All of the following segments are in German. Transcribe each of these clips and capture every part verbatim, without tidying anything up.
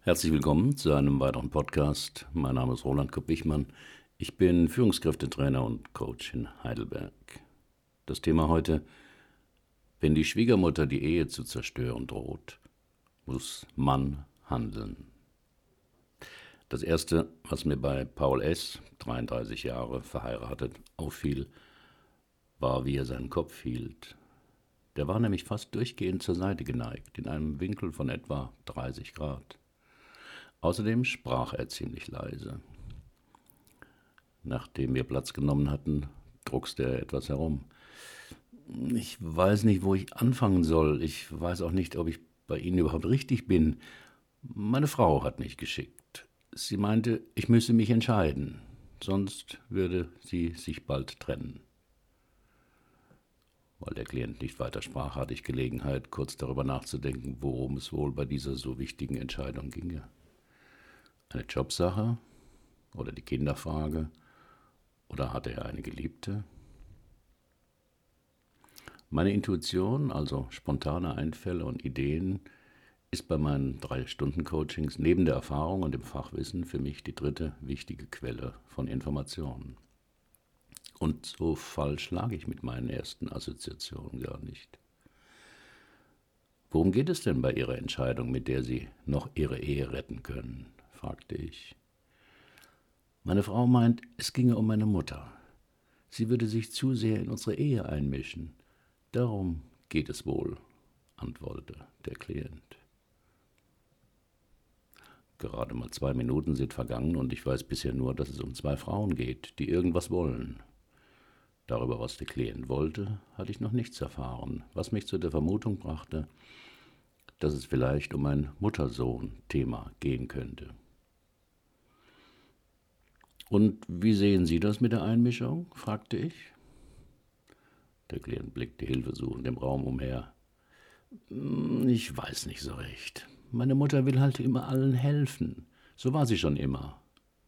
Herzlich willkommen zu einem weiteren Podcast. Mein Name ist Roland Kopp-Wichmann. Ich bin Führungskräftetrainer und Coach in Heidelberg. Das Thema heute: Wenn die Schwiegermutter die Ehe zu zerstören droht, muss Mann handeln. Das Erste, was mir bei Paul S., dreiunddreißig Jahre, verheiratet, auffiel, war, wie er seinen Kopf hielt. Der war nämlich fast durchgehend zur Seite geneigt, in einem Winkel von etwa dreißig Grad. Außerdem sprach er ziemlich leise. Nachdem wir Platz genommen hatten, druckste er etwas herum. Ich weiß nicht, wo ich anfangen soll. Ich weiß auch nicht, ob ich bei Ihnen überhaupt richtig bin. Meine Frau hat mich geschickt. Sie meinte, ich müsse mich entscheiden, sonst würde sie sich bald trennen. Weil der Klient nicht weiter sprach, hatte ich Gelegenheit, kurz darüber nachzudenken, worum es wohl bei dieser so wichtigen Entscheidung ginge. Eine Jobsache oder die Kinderfrage, oder hatte er eine Geliebte? Meine Intuition, also spontane Einfälle und Ideen, ist bei meinen drei-Stunden-Coachings neben der Erfahrung und dem Fachwissen für mich die dritte wichtige Quelle von Informationen. Und so falsch lag ich mit meinen ersten Assoziationen gar nicht. Worum geht es denn bei Ihrer Entscheidung, mit der Sie noch Ihre Ehe retten können? Fragte ich. Meine Frau meint, es ginge um meine Mutter. Sie würde sich zu sehr in unsere Ehe einmischen. Darum geht es wohl, antwortete der Klient. Gerade mal zwei Minuten sind vergangen und ich weiß bisher nur, dass es um zwei Frauen geht, die irgendwas wollen. Darüber, was der Klient wollte, hatte ich noch nichts erfahren, was mich zu der Vermutung brachte, dass es vielleicht um ein Mutter-Sohn-Thema gehen könnte. »Und wie sehen Sie das mit der Einmischung?« fragte ich. Der Klient blickte hilfesuchend im Raum umher. »Ich weiß nicht so recht. Meine Mutter will halt immer allen helfen. So war sie schon immer.«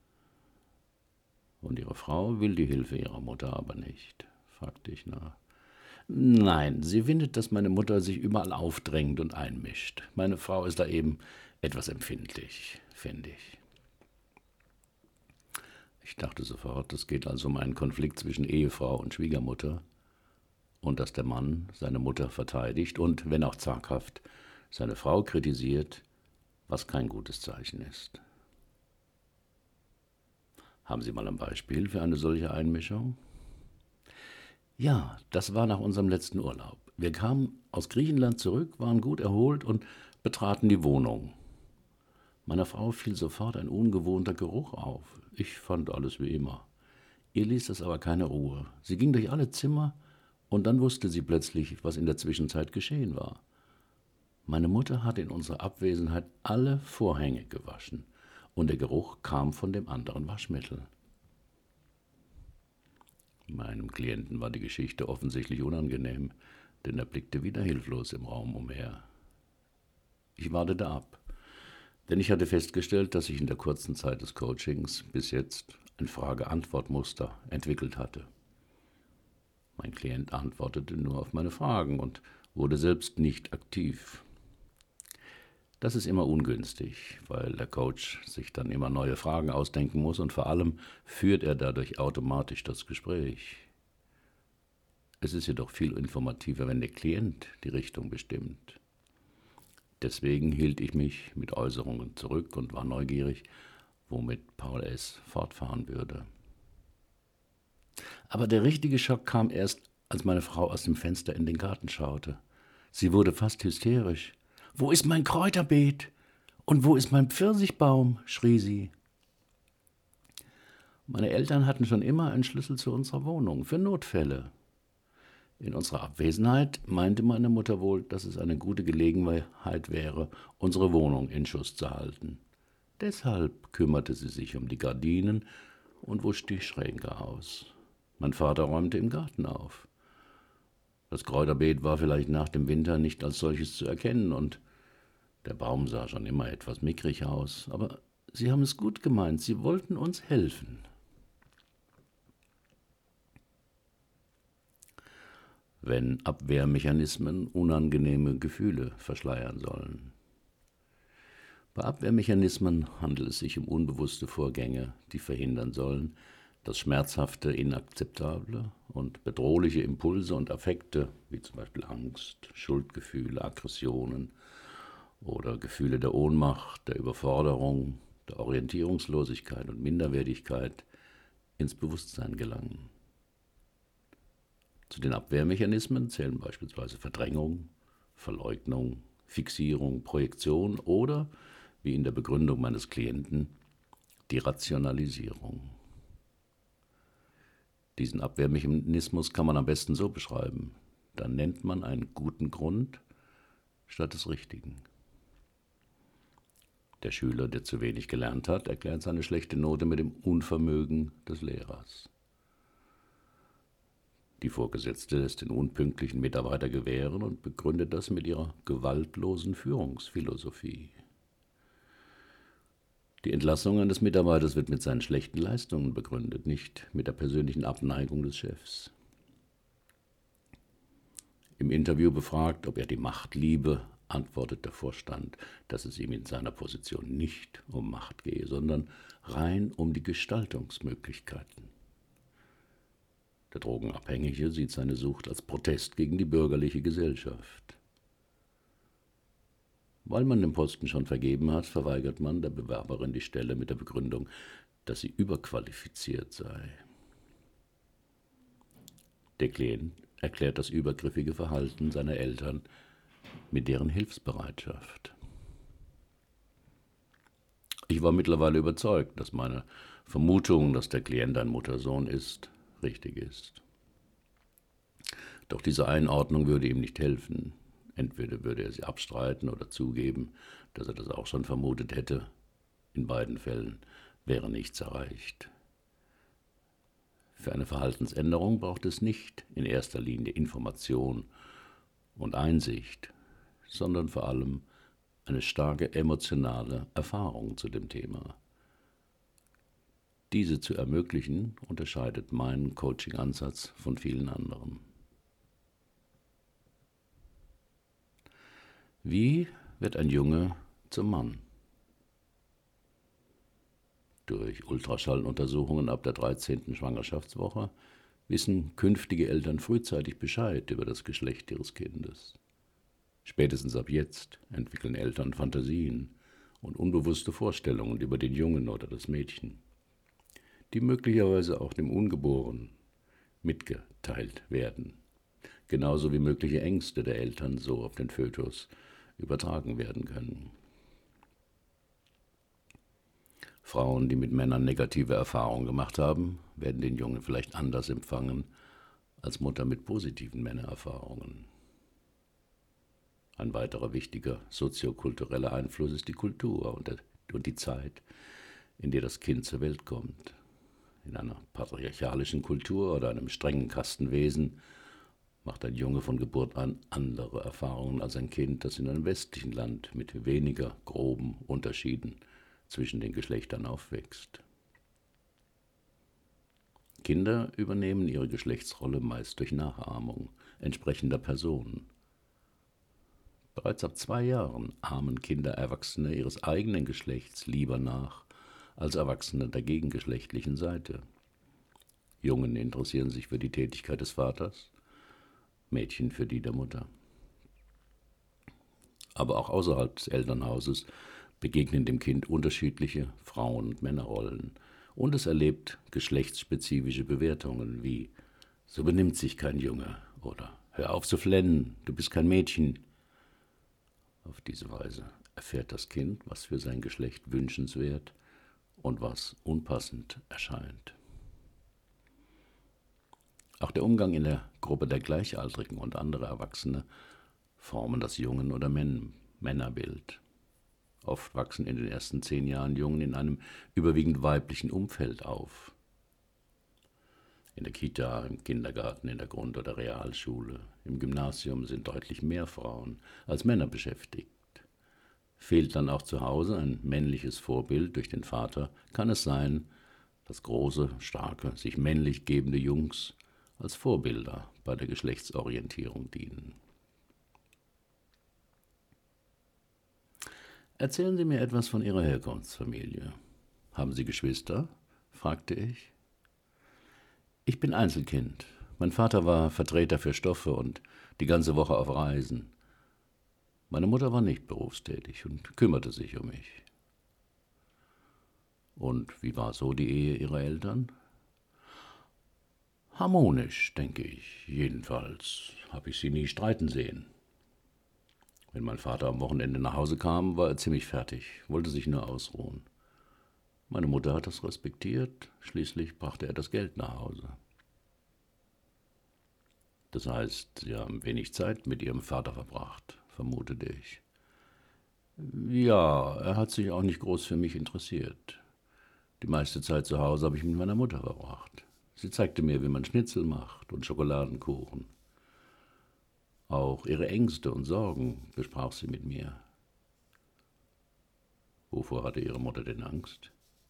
»Und Ihre Frau will die Hilfe ihrer Mutter aber nicht?« fragte ich nach. »Nein, sie findet, dass meine Mutter sich überall aufdrängt und einmischt. Meine Frau ist da eben etwas empfindlich, finde ich.« Ich dachte sofort, es geht also um einen Konflikt zwischen Ehefrau und Schwiegermutter und dass der Mann seine Mutter verteidigt und, wenn auch zaghaft, seine Frau kritisiert, was kein gutes Zeichen ist. Haben Sie mal ein Beispiel für eine solche Einmischung? Ja, das war nach unserem letzten Urlaub. Wir kamen aus Griechenland zurück, waren gut erholt und betraten die Wohnung. Meiner Frau fiel sofort ein ungewohnter Geruch auf. Ich fand alles wie immer. Ihr ließ das aber keine Ruhe. Sie ging durch alle Zimmer und dann wusste sie plötzlich, was in der Zwischenzeit geschehen war. Meine Mutter hatte in unserer Abwesenheit alle Vorhänge gewaschen und der Geruch kam von dem anderen Waschmittel. Meinem Klienten war die Geschichte offensichtlich unangenehm, denn er blickte wieder hilflos im Raum umher. Ich wartete ab. Denn ich hatte festgestellt, dass sich in der kurzen Zeit des Coachings bis jetzt ein Frage-Antwort-Muster entwickelt hatte. Mein Klient antwortete nur auf meine Fragen und wurde selbst nicht aktiv. Das ist immer ungünstig, weil der Coach sich dann immer neue Fragen ausdenken muss und vor allem führt er dadurch automatisch das Gespräch. Es ist jedoch viel informativer, wenn der Klient die Richtung bestimmt. Deswegen hielt ich mich mit Äußerungen zurück und war neugierig, womit Paul S. fortfahren würde. Aber der richtige Schock kam erst, als meine Frau aus dem Fenster in den Garten schaute. Sie wurde fast hysterisch. »Wo ist mein Kräuterbeet? Und wo ist mein Pfirsichbaum?« schrie sie. Meine Eltern hatten schon immer einen Schlüssel zu unserer Wohnung, für Notfälle. In unserer Abwesenheit meinte meine Mutter wohl, dass es eine gute Gelegenheit wäre, unsere Wohnung in Schuss zu halten. Deshalb kümmerte sie sich um die Gardinen und wusch die Schränke aus. Mein Vater räumte im Garten auf. Das Kräuterbeet war vielleicht nach dem Winter nicht als solches zu erkennen und der Baum sah schon immer etwas mickrig aus, aber sie haben es gut gemeint, sie wollten uns helfen. Wenn Abwehrmechanismen unangenehme Gefühle verschleiern sollen. Bei Abwehrmechanismen handelt es sich um unbewusste Vorgänge, die verhindern sollen, dass schmerzhafte, inakzeptable und bedrohliche Impulse und Affekte, wie zum Beispiel Angst, Schuldgefühle, Aggressionen oder Gefühle der Ohnmacht, der Überforderung, der Orientierungslosigkeit und Minderwertigkeit, ins Bewusstsein gelangen. Zu den Abwehrmechanismen zählen beispielsweise Verdrängung, Verleugnung, Fixierung, Projektion oder, wie in der Begründung meines Klienten, die Rationalisierung. Diesen Abwehrmechanismus kann man am besten so beschreiben. Dann nennt man einen guten Grund statt des richtigen. Der Schüler, der zu wenig gelernt hat, erklärt seine schlechte Note mit dem Unvermögen des Lehrers. Die Vorgesetzte lässt den unpünktlichen Mitarbeiter gewähren und begründet das mit ihrer gewaltlosen Führungsphilosophie. Die Entlassung eines Mitarbeiters wird mit seinen schlechten Leistungen begründet, nicht mit der persönlichen Abneigung des Chefs. Im Interview befragt, ob er die Macht liebe, antwortet der Vorstand, dass es ihm in seiner Position nicht um Macht gehe, sondern rein um die Gestaltungsmöglichkeiten. Der Drogenabhängige sieht seine Sucht als Protest gegen die bürgerliche Gesellschaft. Weil man den Posten schon vergeben hat, verweigert man der Bewerberin die Stelle mit der Begründung, dass sie überqualifiziert sei. Der Klient erklärt das übergriffige Verhalten seiner Eltern mit deren Hilfsbereitschaft. Ich war mittlerweile überzeugt, dass meine Vermutung, dass der Klient ein Muttersohn ist, richtig ist. Doch diese Einordnung würde ihm nicht helfen. Entweder würde er sie abstreiten oder zugeben, dass er das auch schon vermutet hätte. In beiden Fällen wäre nichts erreicht. Für eine Verhaltensänderung braucht es nicht in erster Linie Information und Einsicht, sondern vor allem eine starke emotionale Erfahrung zu dem Thema. Diese zu ermöglichen, unterscheidet meinen Coaching-Ansatz von vielen anderen. Wie wird ein Junge zum Mann? Durch Ultraschalluntersuchungen ab der dreizehnten Schwangerschaftswoche wissen künftige Eltern frühzeitig Bescheid über das Geschlecht ihres Kindes. Spätestens ab jetzt entwickeln Eltern Fantasien und unbewusste Vorstellungen über den Jungen oder das Mädchen, die möglicherweise auch dem Ungeborenen mitgeteilt werden, genauso wie mögliche Ängste der Eltern so auf den Fötus übertragen werden können. Frauen, die mit Männern negative Erfahrungen gemacht haben, werden den Jungen vielleicht anders empfangen als Mutter mit positiven Männererfahrungen. Ein weiterer wichtiger soziokultureller Einfluss ist die Kultur und, der, und die Zeit, in der das Kind zur Welt kommt. In einer patriarchalischen Kultur oder einem strengen Kastenwesen macht ein Junge von Geburt an andere Erfahrungen als ein Kind, das in einem westlichen Land mit weniger groben Unterschieden zwischen den Geschlechtern aufwächst. Kinder übernehmen ihre Geschlechtsrolle meist durch Nachahmung entsprechender Personen. Bereits ab zwei Jahren ahmen Kinder Erwachsene ihres eigenen Geschlechts lieber nach als Erwachsene der gegengeschlechtlichen Seite. Jungen interessieren sich für die Tätigkeit des Vaters, Mädchen für die der Mutter. Aber auch außerhalb des Elternhauses begegnen dem Kind unterschiedliche Frauen- und Männerrollen und es erlebt geschlechtsspezifische Bewertungen wie »So benimmt sich kein Junge« oder »Hör auf zu flennen, du bist kein Mädchen«. Auf diese Weise erfährt das Kind, was für sein Geschlecht wünschenswert und was unpassend erscheint. Auch der Umgang in der Gruppe der Gleichaltrigen und anderer Erwachsene formen das Jungen- oder Män- Männerbild. Oft wachsen in den ersten zehn Jahren Jungen in einem überwiegend weiblichen Umfeld auf. In der Kita, im Kindergarten, in der Grund- oder Realschule, im Gymnasium sind deutlich mehr Frauen als Männer beschäftigt. Fehlt dann auch zu Hause ein männliches Vorbild durch den Vater, kann es sein, dass große, starke, sich männlich gebende Jungs als Vorbilder bei der Geschlechtsorientierung dienen. Erzählen Sie mir etwas von Ihrer Herkunftsfamilie. Haben Sie Geschwister? Fragte ich. Ich bin Einzelkind. Mein Vater war Vertreter für Stoffe und die ganze Woche auf Reisen. Meine Mutter war nicht berufstätig und kümmerte sich um mich. Und wie war so die Ehe Ihrer Eltern? Harmonisch, denke ich. Jedenfalls habe ich sie nie streiten sehen. Wenn mein Vater am Wochenende nach Hause kam, war er ziemlich fertig, wollte sich nur ausruhen. Meine Mutter hat das respektiert, schließlich brachte er das Geld nach Hause. Das heißt, Sie haben wenig Zeit mit Ihrem Vater verbracht, vermutete ich. Ja, er hat sich auch nicht groß für mich interessiert. Die meiste Zeit zu Hause habe ich mit meiner Mutter verbracht. Sie zeigte mir, wie man Schnitzel macht und Schokoladenkuchen. Auch ihre Ängste und Sorgen besprach sie mit mir. Wovor hatte Ihre Mutter denn Angst?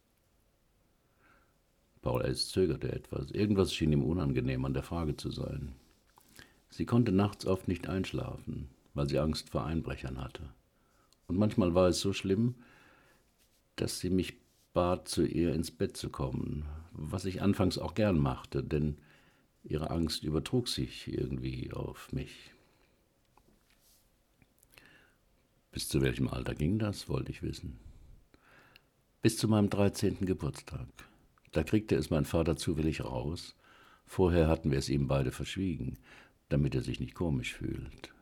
Paul S. zögerte etwas. Irgendwas schien ihm unangenehm an der Frage zu sein. Sie konnte nachts oft nicht einschlafen, weil sie Angst vor Einbrechern hatte. Und manchmal war es so schlimm, dass sie mich bat, zu ihr ins Bett zu kommen, was ich anfangs auch gern machte, denn ihre Angst übertrug sich irgendwie auf mich. Bis zu welchem Alter ging das, wollte ich wissen. Bis zu meinem dreizehnten Geburtstag. Da kriegte es mein Vater zufällig raus. Vorher hatten wir es ihm beide verschwiegen, damit er sich nicht komisch fühlt.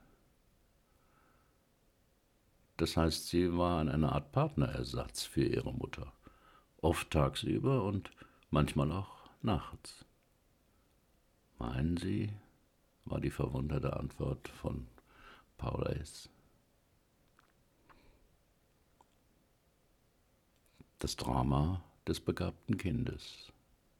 Das heißt, sie war eine Art Partnerersatz für ihre Mutter. Oft tagsüber und manchmal auch nachts. Meinen Sie? War die verwunderte Antwort von Paul S. Das Drama des begabten Kindes.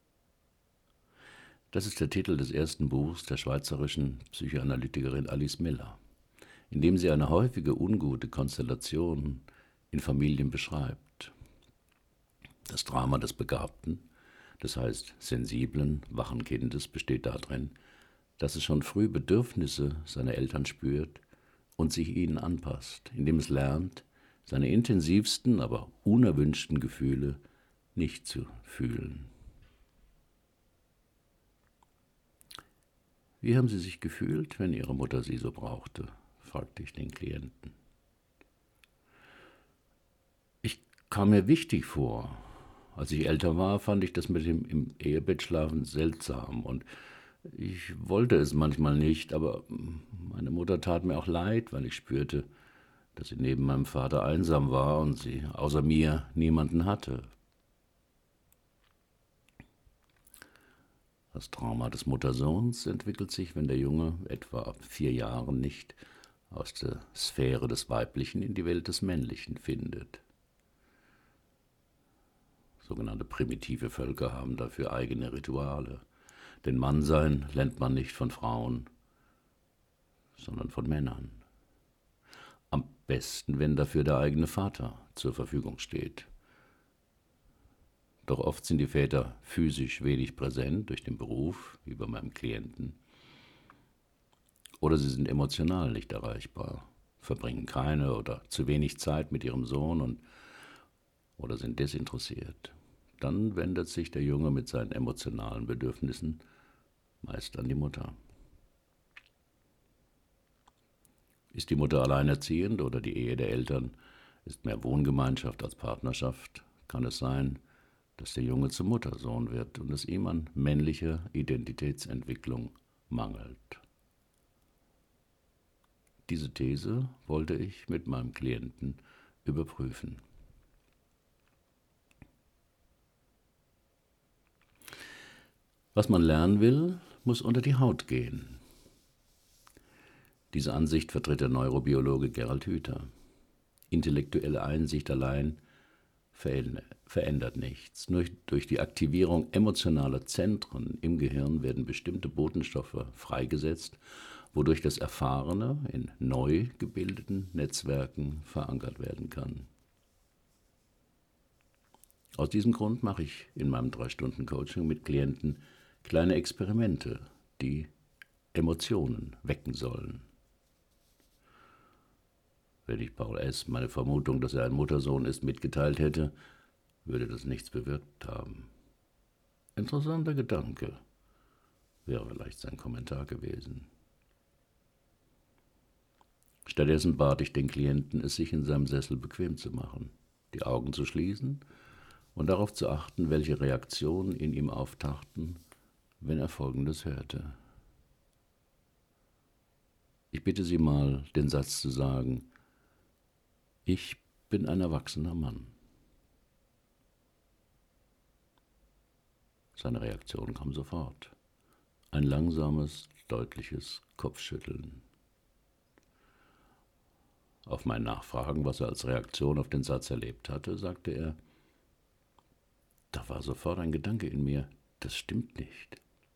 Das ist der Titel des ersten Buchs der schweizerischen Psychoanalytikerin Alice Miller, in dem sie eine häufige ungute Konstellation in Familien beschreibt. Das Drama des begabten, das heißt sensiblen, wachen Kindes, besteht darin, dass es schon früh Bedürfnisse seiner Eltern spürt und sich ihnen anpasst, indem es lernt, seine intensivsten, aber unerwünschten Gefühle nicht zu fühlen. Wie haben Sie sich gefühlt, wenn Ihre Mutter Sie so brauchte? Fragte ich den Klienten. Ich kam mir wichtig vor. Als ich älter war, fand ich das mit dem im Ehebett schlafen seltsam und ich wollte es manchmal nicht, aber meine Mutter tat mir auch leid, weil ich spürte, dass sie neben meinem Vater einsam war und sie außer mir niemanden hatte. Das Trauma des Muttersohns entwickelt sich, wenn der Junge etwa ab vier Jahren nicht aus der Sphäre des Weiblichen in die Welt des Männlichen findet. Sogenannte primitive Völker haben dafür eigene Rituale. Denn Mannsein lernt man nicht von Frauen, sondern von Männern. Am besten, wenn dafür der eigene Vater zur Verfügung steht. Doch oft sind die Väter physisch wenig präsent durch den Beruf, wie bei meinem Klienten. Oder sie sind emotional nicht erreichbar, verbringen keine oder zu wenig Zeit mit ihrem Sohn und, oder sind desinteressiert. Dann wendet sich der Junge mit seinen emotionalen Bedürfnissen meist an die Mutter. Ist die Mutter alleinerziehend oder die Ehe der Eltern ist mehr Wohngemeinschaft als Partnerschaft, kann es sein, dass der Junge zum Muttersohn wird und es ihm an männlicher Identitätsentwicklung mangelt. Diese These wollte ich mit meinem Klienten überprüfen. Was man lernen will, muss unter die Haut gehen. Diese Ansicht vertritt der Neurobiologe Gerald Hüther. Intellektuelle Einsicht allein verändert nichts. Nur durch die Aktivierung emotionaler Zentren im Gehirn werden bestimmte Botenstoffe freigesetzt, wodurch das Erfahrene in neu gebildeten Netzwerken verankert werden kann. Aus diesem Grund mache ich in meinem drei Stunden Coaching mit Klienten kleine Experimente, die Emotionen wecken sollen. Wenn ich Paul S. meine Vermutung, dass er ein Muttersohn ist, mitgeteilt hätte, würde das nichts bewirkt haben. Interessanter Gedanke, wäre vielleicht sein Kommentar gewesen. Stattdessen bat ich den Klienten, es sich in seinem Sessel bequem zu machen, die Augen zu schließen und darauf zu achten, welche Reaktionen in ihm auftauchten, wenn er Folgendes hörte. Ich bitte Sie mal, den Satz zu sagen: Ich bin ein erwachsener Mann. Seine Reaktion kam sofort. Ein langsames, deutliches Kopfschütteln. Auf mein Nachfragen, was er als Reaktion auf den Satz erlebt hatte, sagte er: Da war sofort ein Gedanke in mir, das stimmt nicht.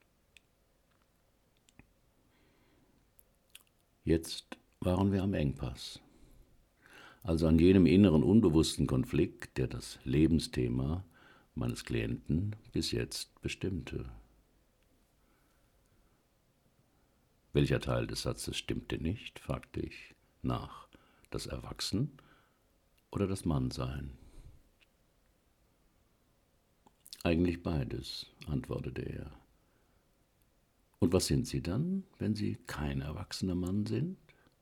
Jetzt waren wir am Engpass, also an jenem inneren unbewussten Konflikt, der das Lebensthema meines Klienten bis jetzt bestimmte. Welcher Teil des Satzes stimmte nicht, fragte ich nach. Das Erwachsen oder das Mannsein? Eigentlich beides, antwortete er. Und was sind Sie dann, wenn Sie kein erwachsener Mann sind?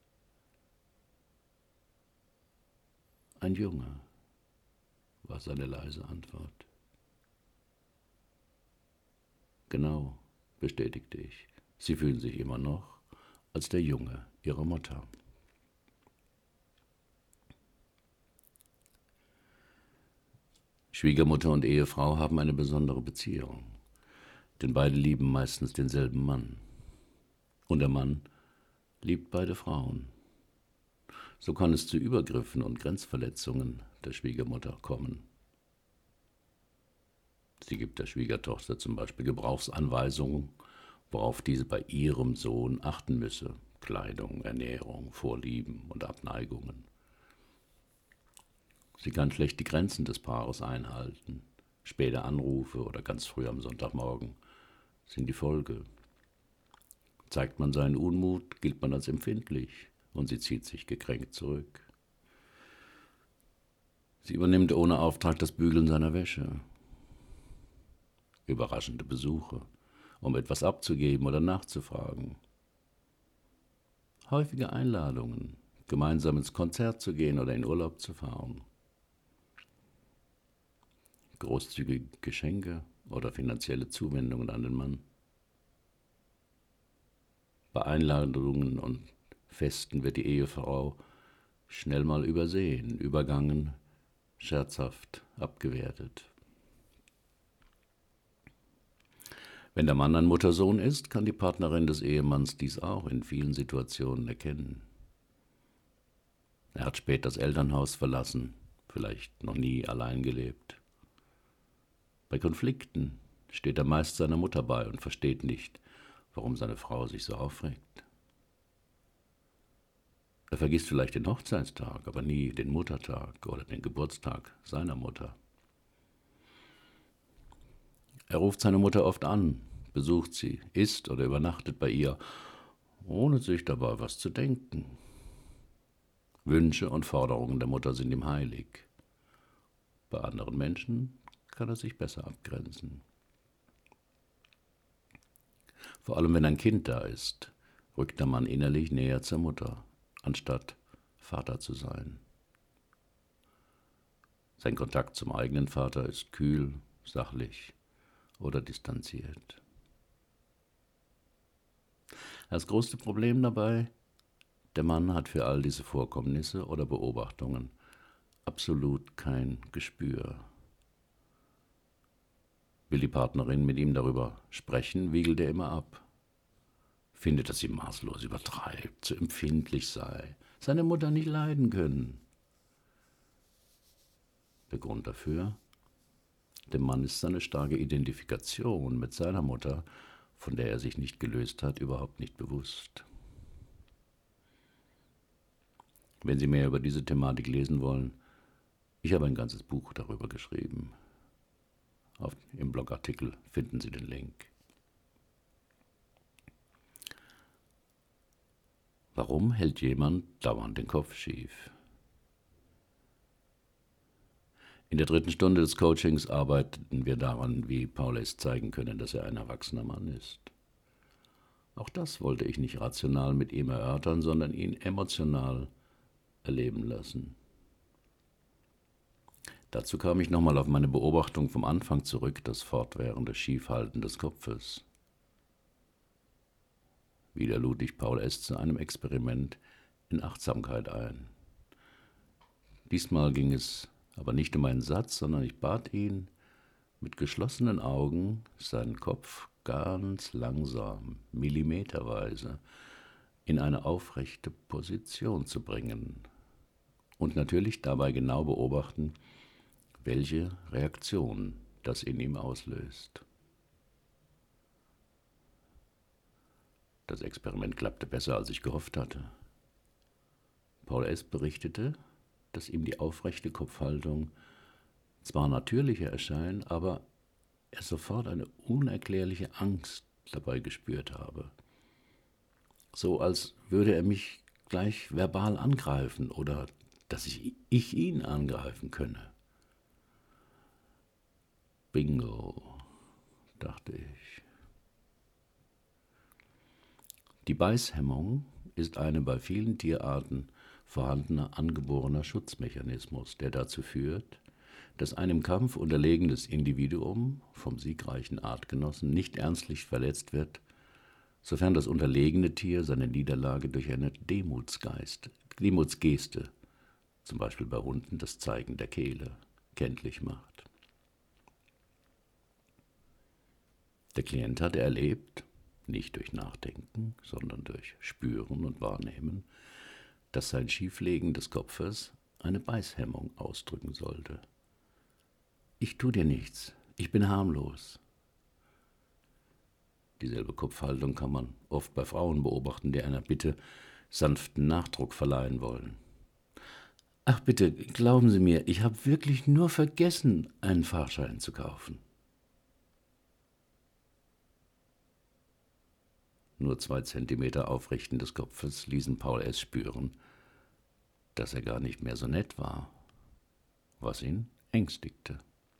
Ein Junge, war seine leise Antwort. Genau, bestätigte ich. Sie fühlen sich immer noch als der Junge Ihrer Mutter. Schwiegermutter und Ehefrau haben eine besondere Beziehung, denn beide lieben meistens denselben Mann. Und der Mann liebt beide Frauen. So kann es zu Übergriffen und Grenzverletzungen der Schwiegermutter kommen. Sie gibt der Schwiegertochter zum Beispiel Gebrauchsanweisungen, worauf diese bei ihrem Sohn achten müsse: Kleidung, Ernährung, Vorlieben und Abneigungen. Sie kann schlecht die Grenzen des Paares einhalten. Späte Anrufe oder ganz früh am Sonntagmorgen sind die Folge. Zeigt man seinen Unmut, gilt man als empfindlich und sie zieht sich gekränkt zurück. Sie übernimmt ohne Auftrag das Bügeln seiner Wäsche. Überraschende Besuche, um etwas abzugeben oder nachzufragen. Häufige Einladungen, gemeinsam ins Konzert zu gehen oder in Urlaub zu fahren. Großzügige Geschenke oder finanzielle Zuwendungen an den Mann. Bei Einladungen und Festen wird die Ehefrau schnell mal übersehen, übergangen, scherzhaft abgewertet. Wenn der Mann ein Muttersohn ist, kann die Partnerin des Ehemanns dies auch in vielen Situationen erkennen. Er hat spät das Elternhaus verlassen, vielleicht noch nie allein gelebt. Bei Konflikten steht er meist seiner Mutter bei und versteht nicht, warum seine Frau sich so aufregt. Er vergisst vielleicht den Hochzeitstag, aber nie den Muttertag oder den Geburtstag seiner Mutter. Er ruft seine Mutter oft an, besucht sie, isst oder übernachtet bei ihr, ohne sich dabei was zu denken. Wünsche und Forderungen der Mutter sind ihm heilig. Bei anderen Menschen kann er sich besser abgrenzen. Vor allem wenn ein Kind da ist, rückt der Mann innerlich näher zur Mutter, anstatt Vater zu sein. Sein Kontakt zum eigenen Vater ist kühl, sachlich oder distanziert. Das größte Problem dabei: Der Mann hat für all diese Vorkommnisse oder Beobachtungen absolut kein Gespür. Will die Partnerin mit ihm darüber sprechen, wiegelt er immer ab. Findet, dass sie maßlos übertreibt, zu empfindlich sei, seine Mutter nicht leiden können. Der Grund dafür: Dem Mann ist seine starke Identifikation mit seiner Mutter, von der er sich nicht gelöst hat, überhaupt nicht bewusst. Wenn Sie mehr über diese Thematik lesen wollen, ich habe ein ganzes Buch darüber geschrieben. Auf, Im Blogartikel finden Sie den Link. Warum hält jemand dauernd den Kopf schief? In der dritten Stunde des Coachings arbeiteten wir daran, wie Paul S. zeigen könne, dass er ein erwachsener Mann ist. Auch das wollte ich nicht rational mit ihm erörtern, sondern ihn emotional erleben lassen. Dazu kam ich nochmal auf meine Beobachtung vom Anfang zurück, das fortwährende Schiefhalten des Kopfes. Wieder lud ich Paul S. zu einem Experiment in Achtsamkeit ein. Diesmal ging es aber nicht um einen Satz, sondern ich bat ihn, mit geschlossenen Augen seinen Kopf ganz langsam, millimeterweise, in eine aufrechte Position zu bringen und natürlich dabei genau beobachten, welche Reaktion das in ihm auslöst. Das Experiment klappte besser, als ich gehofft hatte. Paul S. berichtete, dass ihm die aufrechte Kopfhaltung zwar natürlicher erscheint, aber er sofort eine unerklärliche Angst dabei gespürt habe. So als würde er mich gleich verbal angreifen oder dass ich, ich ihn angreifen könne. Bingo, dachte ich. Die Beißhemmung ist eine bei vielen Tierarten vorhandener angeborener Schutzmechanismus, der dazu führt, dass ein im Kampf unterlegenes Individuum vom siegreichen Artgenossen nicht ernstlich verletzt wird, sofern das unterlegene Tier seine Niederlage durch eine Demutsgeist, Demutsgeste, zum Beispiel bei Hunden das Zeigen der Kehle, kenntlich macht. Der Klient hatte erlebt, nicht durch Nachdenken, sondern durch Spüren und Wahrnehmen, dass sein Schieflegen des Kopfes eine Beißhemmung ausdrücken sollte. Ich tu dir nichts, ich bin harmlos. Dieselbe Kopfhaltung kann man oft bei Frauen beobachten, die einer Bitte sanften Nachdruck verleihen wollen. Ach bitte, glauben Sie mir, ich habe wirklich nur vergessen, einen Fahrschein zu kaufen. Nur zwei Zentimeter Aufrichten des Kopfes ließen Paul S. spüren, dass er gar nicht mehr so nett war, was ihn ängstigte.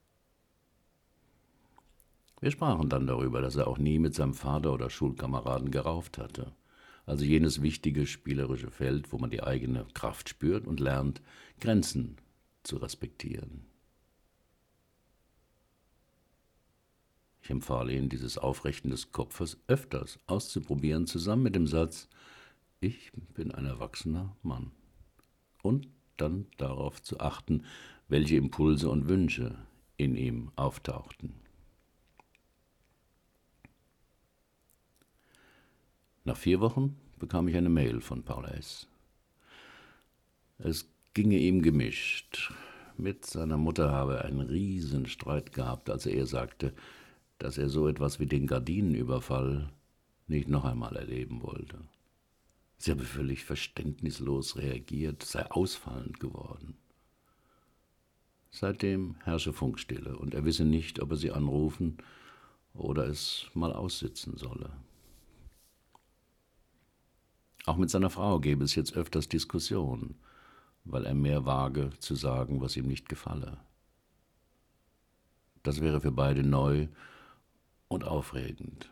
Wir sprachen dann darüber, dass er auch nie mit seinem Vater oder Schulkameraden gerauft hatte, also jenes wichtige spielerische Feld, wo man die eigene Kraft spürt und lernt, Grenzen zu respektieren. Ich empfahl Ihnen, dieses Aufrichten des Kopfes öfters auszuprobieren, zusammen mit dem Satz, ich bin ein erwachsener Mann. Und dann darauf zu achten, welche Impulse und Wünsche in ihm auftauchten. Nach vier Wochen bekam ich eine Mail von Paul S. Es ginge ihm gemischt. Mit seiner Mutter habe er einen riesen Streit gehabt, als er ihr sagte, dass er so etwas wie den Gardinenüberfall nicht noch einmal erleben wollte. Sie habe völlig verständnislos reagiert, sei ausfallend geworden. Seitdem herrsche Funkstille und er wisse nicht, ob er sie anrufen oder es mal aussitzen solle. Auch mit seiner Frau gäbe es jetzt öfters Diskussionen, weil er mehr wage zu sagen, was ihm nicht gefalle. Das wäre für beide neu und aufregend.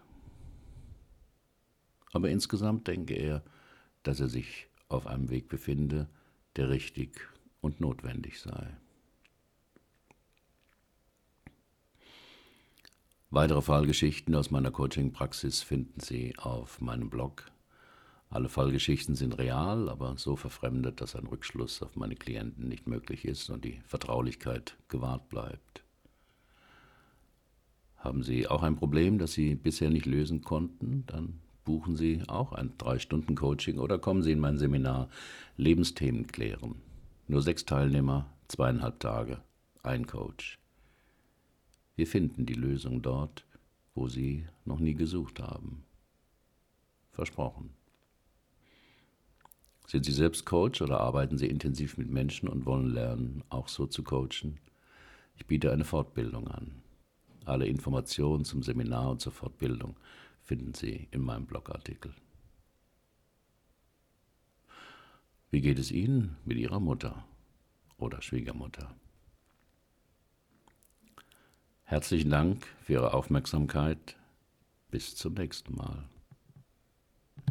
Aber insgesamt denke er, dass er sich auf einem Weg befinde, der richtig und notwendig sei. Weitere Fallgeschichten aus meiner Coaching-Praxis finden Sie auf meinem Blog. Alle Fallgeschichten sind real, aber so verfremdet, dass ein Rückschluss auf meine Klienten nicht möglich ist und die Vertraulichkeit gewahrt bleibt. Haben Sie auch ein Problem, das Sie bisher nicht lösen konnten? Dann buchen Sie auch ein drei Stunden Coaching oder kommen Sie in mein Seminar Lebensthemen klären. Nur sechs Teilnehmer, zweieinhalb Tage, ein Coach. Wir finden die Lösung dort, wo Sie noch nie gesucht haben. Versprochen. Sind Sie selbst Coach oder arbeiten Sie intensiv mit Menschen und wollen lernen, auch so zu coachen? Ich biete eine Fortbildung an. Alle Informationen zum Seminar und zur Fortbildung finden Sie in meinem Blogartikel. Wie geht es Ihnen mit Ihrer Mutter oder Schwiegermutter? Herzlichen Dank für Ihre Aufmerksamkeit. Bis zum nächsten Mal.